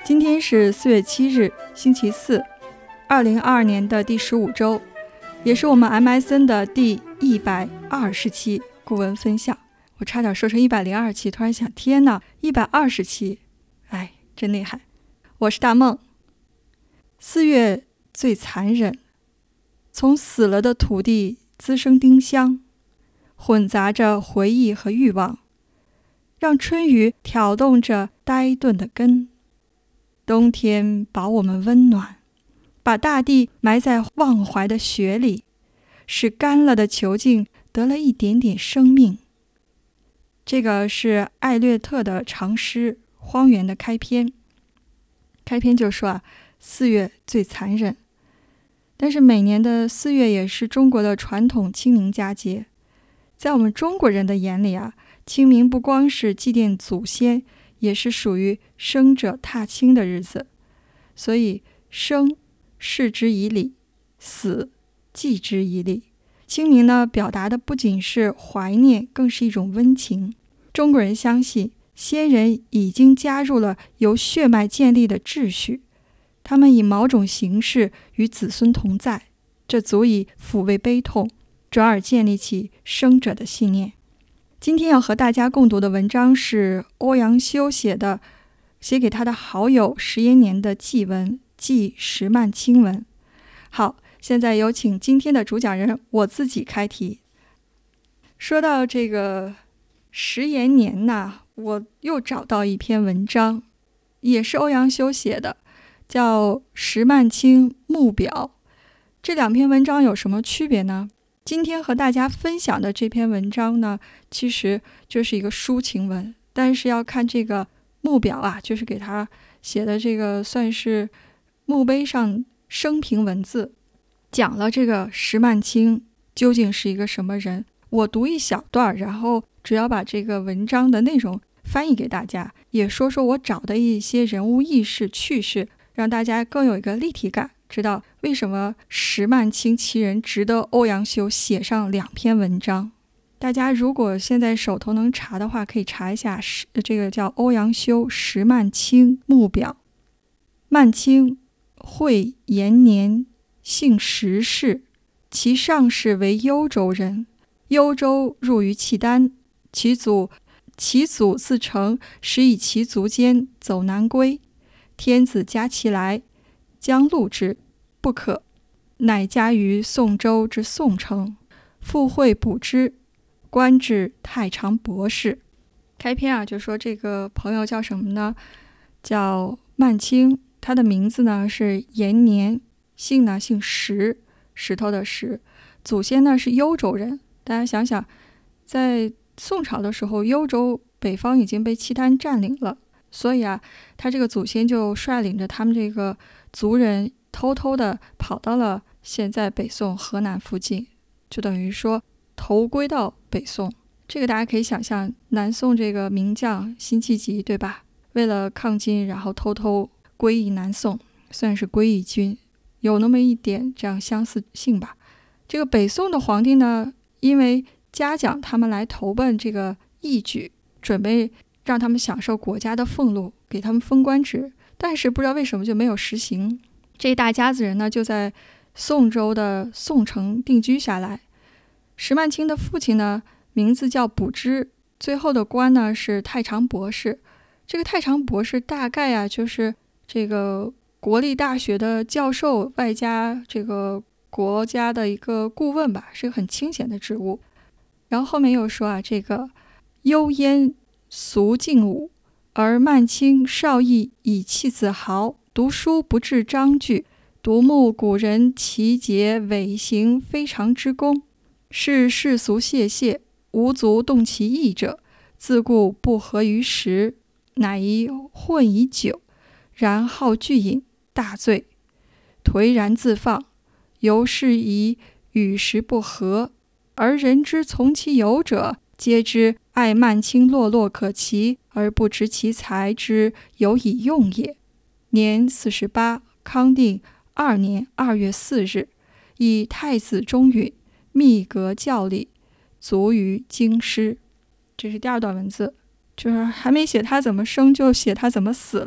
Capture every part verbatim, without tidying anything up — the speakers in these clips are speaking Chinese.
今天是四月七日，星期四，二零二二年的第十五周，也是我们 M S N 的第一百二十期顾问分享。我差点说成一百零二期，突然想，天哪，一百二十期，哎，真厉害。我是大梦。四月最残忍，从死了的土地滋生丁香，混杂着回忆和欲望，让春雨挑动着呆钝的根。冬天保我们温暖，把大地埋在忘怀的雪里，使干了的球茎得了一点点生命。这个是艾略特的长诗《荒原》的开篇。开篇就说啊，四月最残忍。但是每年的四月也是中国的传统清明佳节。在我们中国人的眼里啊，清明不光是祭奠祖先，也是属于生者踏青的日子。所以生视之以礼，死祭之以礼。清明呢，表达的不仅是怀念，更是一种温情。中国人相信先人已经加入了由血脉建立的秩序，他们以某种形式与子孙同在，这足以抚慰悲痛，转而建立起生者的信念。今天要和大家共读的文章是欧阳修写的，写给他的好友石延年的祭文《祭石曼青文》。好，现在有请今天的主讲人我自己开题。说到这个石延年呐，我又找到一篇文章，也是欧阳修写的，叫《石曼青墓表》。这两篇文章有什么区别呢？今天和大家分享的这篇文章呢，其实就是一个抒情文，但是要看这个墓表啊，就是给他写的这个算是墓碑上生平文字，讲了这个石曼青究竟是一个什么人。我读一小段，然后主要把这个文章的内容翻译给大家，也说说我找的一些人物轶事趣事，让大家更有一个立体感，知道为什么石曼青其人值得欧阳修写上两篇文章。大家如果现在手头能查的话，可以查一下这个叫欧阳修石曼青墓表。曼青，讳延年，姓石氏，其上氏为幽州人，幽州入于契丹，其祖其祖自成，时以其族间走南归，天子加其来，将戮之，不可，乃加于宋州之宋城，复会补之，官至太常博士。开篇啊，就说这个朋友叫什么呢？叫曼青，他的名字呢是延年，姓呢姓石，石头的石，祖先呢是幽州人。大家想想，在宋朝的时候，幽州北方已经被契丹占领了，所以啊，他这个祖先就率领着他们这个族人偷偷的跑到了现在北宋河南附近，就等于说投归到北宋。这个大家可以想象，南宋这个名将辛弃疾，对吧？为了抗金，然后偷偷归义南宋，算是归义军，有那么一点这样相似性吧。这个北宋的皇帝呢，因为嘉奖他们来投奔这个义举，准备让他们享受国家的俸禄，给他们封官职，但是不知道为什么就没有实行。这一大家子人呢，就在宋州的宋城定居下来。石曼青的父亲呢，名字叫卜之，最后的官呢是太常博士。这个太常博士大概啊，就是这个国立大学的教授，外加这个国家的一个顾问吧，是个很清闲的职务。然后后面又说啊，这个幽燕俗敬武，而曼青少亦以气自豪，读书不至章句，独慕古人奇节伟行非常之功，是世俗谢谢，无足动其意者，自故不合于时，乃宜混以酒，然好聚饮，大醉，颓然自放，由是以与时不合，而人之从其有者，皆知爱曼青落落可期，而不知其才之有以用也。年四十八，康定二年二月四日，以太子中允密阁教理，卒于京师。这是第二段文字，就是还没写他怎么生，就写他怎么死了。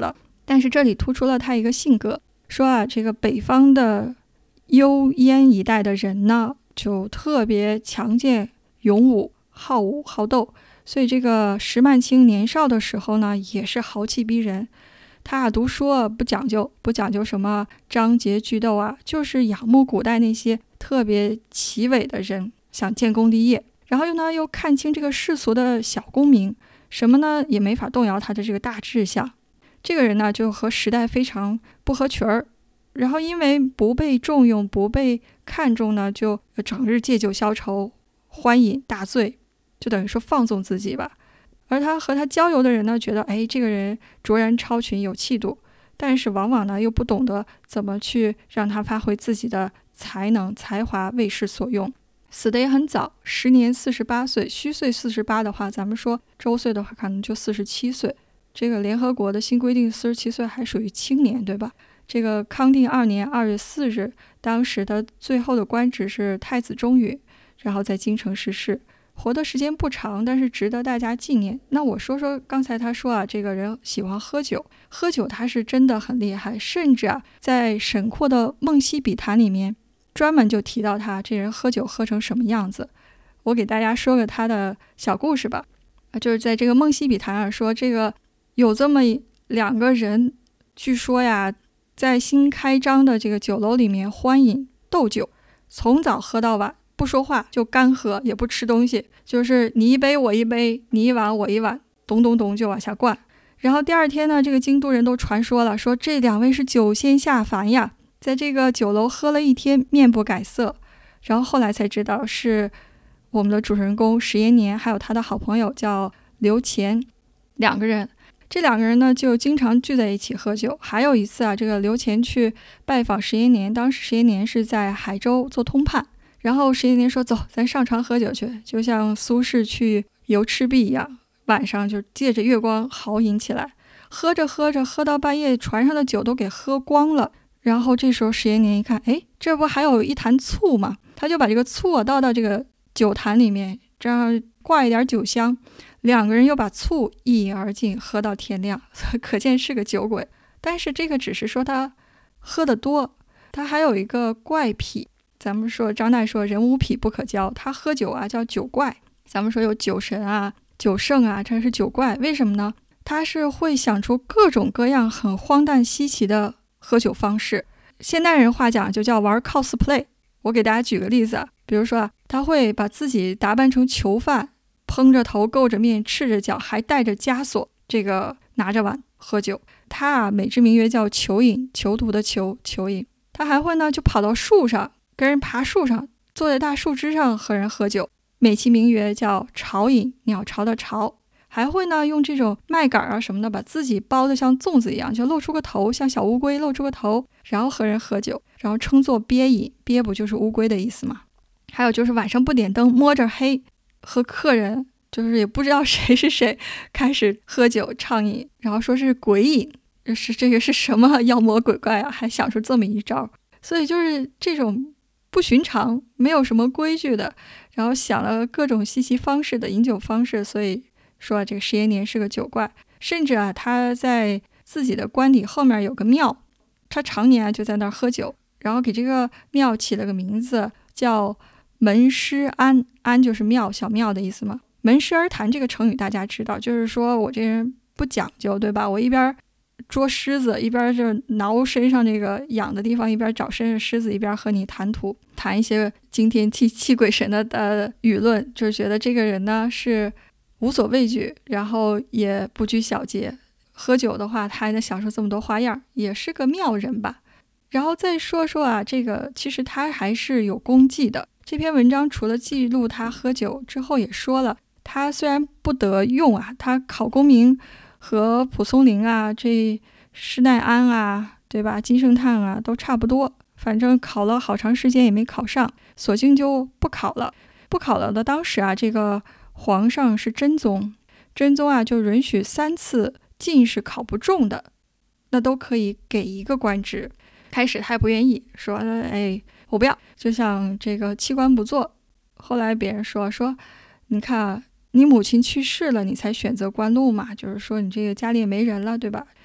但是这里突出了他一个性格，说啊，这个北方的幽燕一带的人呢，就特别强健、勇武、好武好斗，所以这个石曼青年少的时候呢，也是豪气逼人。他啊读书不讲究，不讲究什么章节句读啊，就是仰慕古代那些特别奇伟的人，想建功立业。然后又呢又看清这个世俗的小功名，什么呢也没法动摇他的这个大志向。这个人呢就和时代非常不合群儿，然后因为不被重用、不被看重呢，就整日借酒消愁，欢饮大醉，就等于说放纵自己吧。而他和他交游的人呢，觉得哎，这个人卓然超群，有气度，但是往往呢又不懂得怎么去让他发挥自己的才能才华，为世所用。死得也很早，时年四十八岁，虚岁四十八的话，咱们说周岁的话，可能就四十七岁。这个联合国的新规定，四十七岁还属于青年，对吧？这个康定二年二月四日，当时的最后的官职是太子中允，然后在京城逝世。活的时间不长，但是值得大家纪念。那我说说刚才他说啊，这个人喜欢喝酒，喝酒他是真的很厉害，甚至啊，在沈括的《梦溪笔谈》里面专门就提到他这人喝酒喝成什么样子。我给大家说个他的小故事吧，就是在这个《梦溪笔谈》上说，这个有这么两个人，据说呀，在新开张的这个酒楼里面欢饮斗酒，从早喝到晚，不说话，就干喝，也不吃东西，就是你一杯我一杯，你一碗我一碗，咚咚咚就往下灌。然后第二天呢，这个京都人都传说了，说这两位是酒仙下凡呀，在这个酒楼喝了一天，面不改色。然后后来才知道是我们的主人公石延年，还有他的好朋友叫刘乾，两个人。这两个人呢就经常聚在一起喝酒。还有一次啊，这个刘乾去拜访石延年，当时石延年是在海州做通判，然后石延年说走，咱上船喝酒去，就像苏轼去游赤壁一样，晚上就借着月光豪饮起来。喝着喝着喝到半夜，船上的酒都给喝光了。然后这时候石延年一看，哎，这不还有一坛醋吗？他就把这个醋啊倒到这个酒坛里面，这样挂一点酒香，两个人又把醋一饮而尽，喝到天亮，可见是个酒鬼。但是这个只是说他喝得多，他还有一个怪癖。咱们说张岱说人无癖不可交，他喝酒啊叫酒怪。咱们说有酒神啊、酒圣啊，这是酒怪。为什么呢？他是会想出各种各样很荒诞稀奇的喝酒方式。现代人话讲就叫玩 cosplay。我给大家举个例子啊，比如说啊，他会把自己打扮成囚犯，蓬着头、垢着面、赤着脚，还带着枷锁，这个拿着碗喝酒。他啊，美之名曰叫囚饮，囚徒的囚，囚饮。他还会呢，就跑到树上，跟人爬树上，坐在大树枝上和人喝酒，美其名曰叫巢饮，鸟巢的巢。还会呢，用这种麦秆啊什么的，把自己包得像粽子一样，就露出个头，像小乌龟露出个头，然后和人喝酒，然后称作鳖饮。鳖不就是乌龟的意思吗？还有就是晚上不点灯，摸着黑和客人，就是也不知道谁是谁，开始喝酒畅饮，然后说是鬼饮，是这个是什么妖魔鬼怪啊？还想出这么一招。所以就是这种不寻常，没有什么规矩的，然后想了各种稀奇方式的饮酒方式，所以说这个石延年是个酒怪。甚至啊，他在自己的官邸后面有个庙，他常年啊就在那儿喝酒，然后给这个庙起了个名字叫门师庵，庵就是庙，小庙的意思嘛。门师而谈这个成语大家知道，就是说我这人不讲究，对吧？我一边捉狮子，一边就挠身上这个痒的地方，一边找身上狮子，一边和你谈吐，谈一些惊天气气鬼神的呃舆论，就是觉得这个人呢是无所畏惧，然后也不拘小节。喝酒的话，他还能享受这么多花样，也是个妙人吧。然后再说说啊，这个其实他还是有功绩的。这篇文章除了记录他喝酒之后，也说了他虽然不得用啊，他考功名和蒲松龄啊、这施耐庵啊，对吧？金圣叹啊都差不多，反正考了好长时间也没考上，索性就不考了。不考了的当时啊，这个皇上是真宗，真宗啊就允许三次进士考不中的，那都可以给一个官职。开始他也不愿意，说哎我不要，就像这个弃官不做。后来别人说说你看你母亲去世了，你才选择官路嘛，就是说你这个家里也没人了，对吧？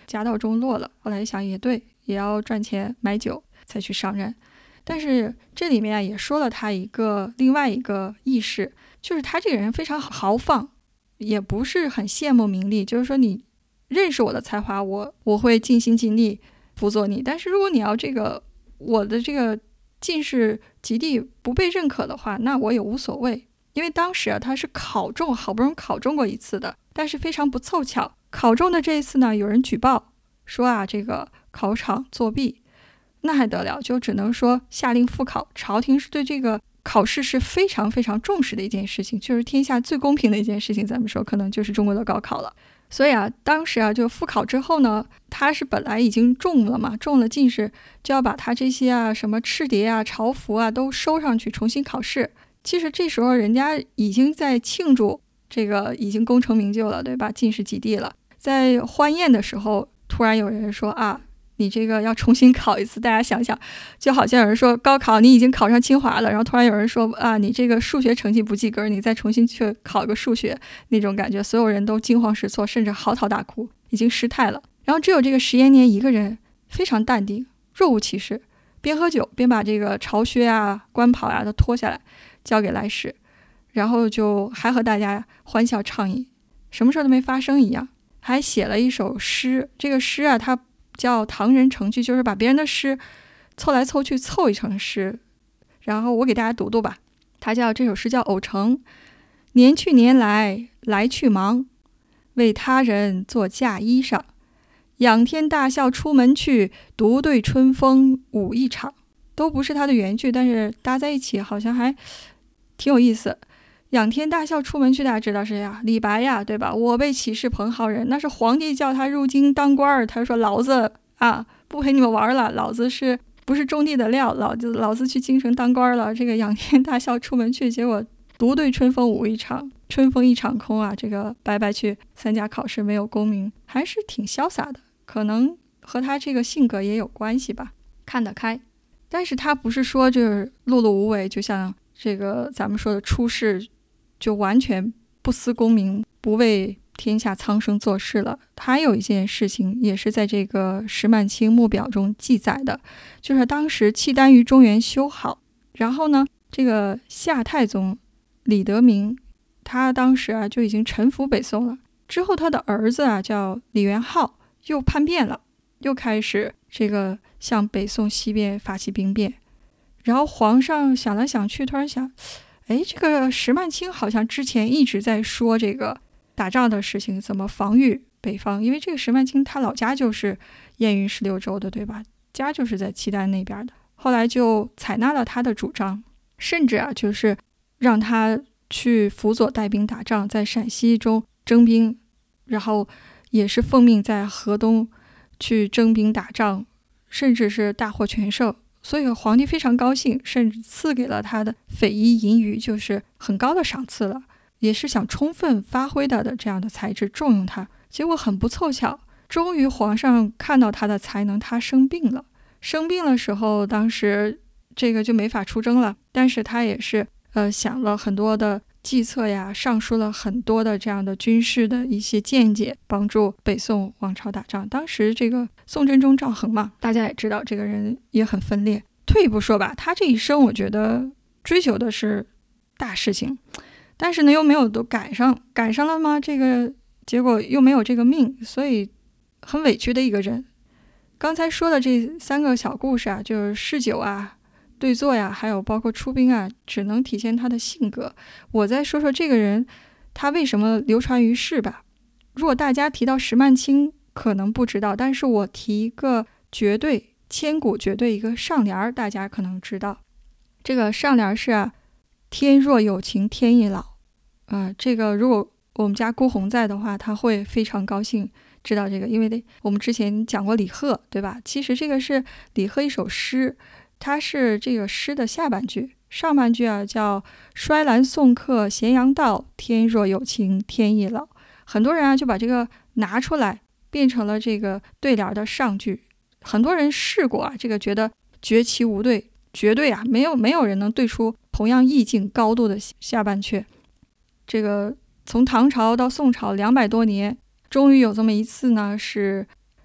家道中落了。后来一想也对，也要赚钱买酒才去上任。但是这里面也说了他一个另外一个意识，就是他这个人非常豪放，也不是很羡慕名利，就是说你认识我的才华，我我会尽心尽力辅佐你，但是如果你要这个我的这个进士及第不被认可的话，那我也无所谓。因为当时啊他是考中，好不容易考中过一次的，但是非常不凑巧，考中的这一次呢，有人举报说啊这个考场作弊，那还得了，就只能说下令复考。朝廷是对这个考试是非常非常重视的一件事情，就是天下最公平的一件事情，咱们说可能就是中国的高考了。所以啊当时啊就复考之后呢，他是本来已经中了嘛，中了进士，就要把他这些啊什么赤牒啊朝服啊都收上去重新考试。其实这时候人家已经在庆祝这个已经功成名就了，对吧，进士及第了。在欢宴的时候突然有人说啊你这个要重新考一次。大家想想，就好像有人说高考你已经考上清华了，然后突然有人说啊你这个数学成绩不及格，你再重新去考一个数学，那种感觉所有人都惊慌失措，甚至嚎啕大哭，已经失态了。然后只有这个石延年一个人非常淡定，若无其事，边喝酒边把这个朝靴啊官袍啊都脱下来交给来使，然后就还和大家欢笑畅饮，什么事都没发生一样。还写了一首诗，这个诗啊它叫唐人成句，就是把别人的诗凑来凑去凑一成诗。然后我给大家读读吧，他叫这首诗叫偶成。年去年来来去忙，为他人做嫁衣裳，仰天大笑出门去，独对春风舞一场。都不是他的原句，但是搭在一起好像还挺有意思。仰天大笑出门去，大家知道谁呀？李白呀，对吧？我辈岂是蓬蒿人，那是皇帝叫他入京当官，他说老子啊不陪你们玩了，老子是不是种地的料，老子老子去京城当官了。这个仰天大笑出门去，结果独对春风舞一场，春风一场空啊，这个白白去参加考试没有功名，还是挺潇洒的，可能和他这个性格也有关系吧，看得开。但是他不是说就是碌碌无为，就像这个咱们说的出世就完全不思功名，不为天下苍生做事了。还有一件事情也是在这个石曼青墓表中记载的，就是当时契丹于中原修好，然后呢这个夏太宗李德明他当时啊就已经臣服北宋了，之后他的儿子啊叫李元昊又叛变了，又开始这个向北宋西边发起兵变。然后皇上想来想去，突然想，哎，这个石曼青好像之前一直在说这个打仗的事情，怎么防御北方，因为这个石曼青他老家就是燕云十六州的，对吧，家就是在契丹那边的。后来就采纳了他的主张，甚至啊就是让他去辅佐带兵打仗，在陕西中征兵，然后也是奉命在河东去征兵打仗，甚至是大获全胜。所以皇帝非常高兴，甚至赐给了他的匪夷银鱼，就是很高的赏赐了，也是想充分发挥他的这样的才智，重用他。结果很不凑巧，终于皇上看到他的才能，他生病了。生病的时候，当时这个就没法出征了，但是他也是呃想了很多的计策呀，上书了很多的这样的军事的一些见解，帮助北宋王朝打仗。当时这个宋真宗赵恒嘛，大家也知道这个人也很分裂。退一步说吧，他这一生我觉得追求的是大事情，但是呢又没有都赶上，赶上了吗？这个结果又没有这个命，所以很委屈的一个人。刚才说的这三个小故事啊，就是嗜酒啊、对坐呀，还有包括出兵啊，只能体现他的性格。我再说说这个人他为什么流传于世吧。如果大家提到石曼青可能不知道，但是我提一个绝对千古绝对一个上联，大家可能知道。这个上联是啊，天若有情天亦老。呃，这个如果我们家姑红在的话，他会非常高兴知道这个，因为我们之前讲过李贺，对吧？其实这个是李贺一首诗，它是这个诗的下半句，上半句啊叫衰兰送客咸阳道，天若有情天亦老。很多人啊就把这个拿出来变成了这个对联的上句，很多人试过啊，这个觉得绝其无对，绝对啊没有没有人能对出同样意境高度的下半阙。这个从唐朝到宋朝两百多年，终于有这么一次呢，是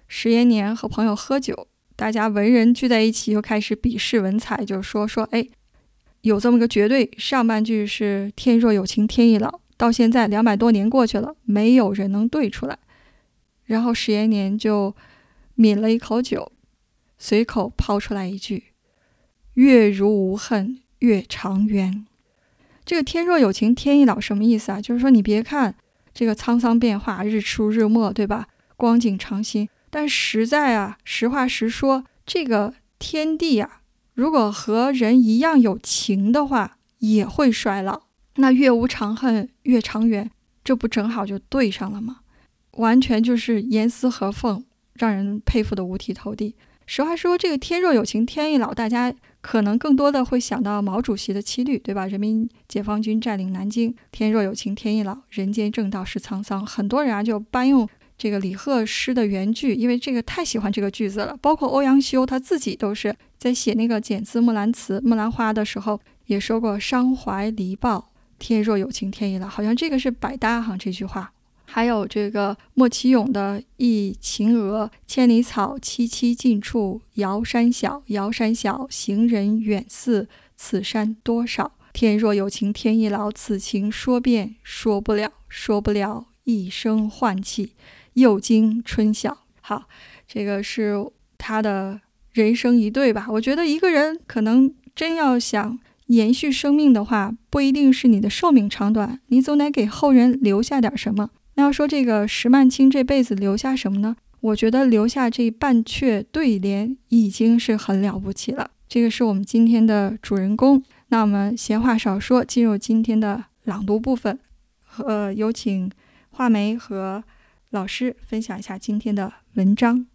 十延年和朋友喝酒，大家文人聚在一起，又开始比试文采，就说说哎，有这么个绝对，上半句是天若有情天亦老，到现在两百多年过去了，没有人能对出来。然后十延年就抿了一口酒，随口抛出来一句：月如无恨月长圆。这个天若有情天亦老什么意思啊？就是说你别看这个沧桑变化，日出日没，对吧？光景长新，但实在啊，实话实说，这个天地啊，如果和人一样有情的话，也会衰老。那月无长恨月长圆，这不正好就对上了吗？完全就是严丝合缝，让人佩服的五体投地。实话说，这个天若有情天亦老，大家可能更多的会想到毛主席的七律，对吧？人民解放军占领南京，天若有情天亦老，人间正道是沧桑。很多人啊就搬用这个李贺诗的原句，因为这个太喜欢这个句子了。包括欧阳修他自己都是在写那个减字木兰辞木兰花的时候也说过伤怀离抱，天若有情天亦老，好像这个是百搭哈这句话。还有这个莫其勇的忆秦娥，千里草萋萋近处遥山小，遥山小，行人远似此山多少。天若有情天亦老，此情说遍说不了，说不了一声唤起，又经春晓。好，这个是他的人生一对吧。我觉得一个人可能真要想延续生命的话，不一定是你的寿命长短，你总得给后人留下点什么。那要说这个石曼青这辈子留下什么呢？我觉得留下这半阙对联已经是很了不起了。这个是我们今天的主人公。那我们闲话少说，进入今天的朗读部分，呃，有请画眉和老师分享一下今天的文章。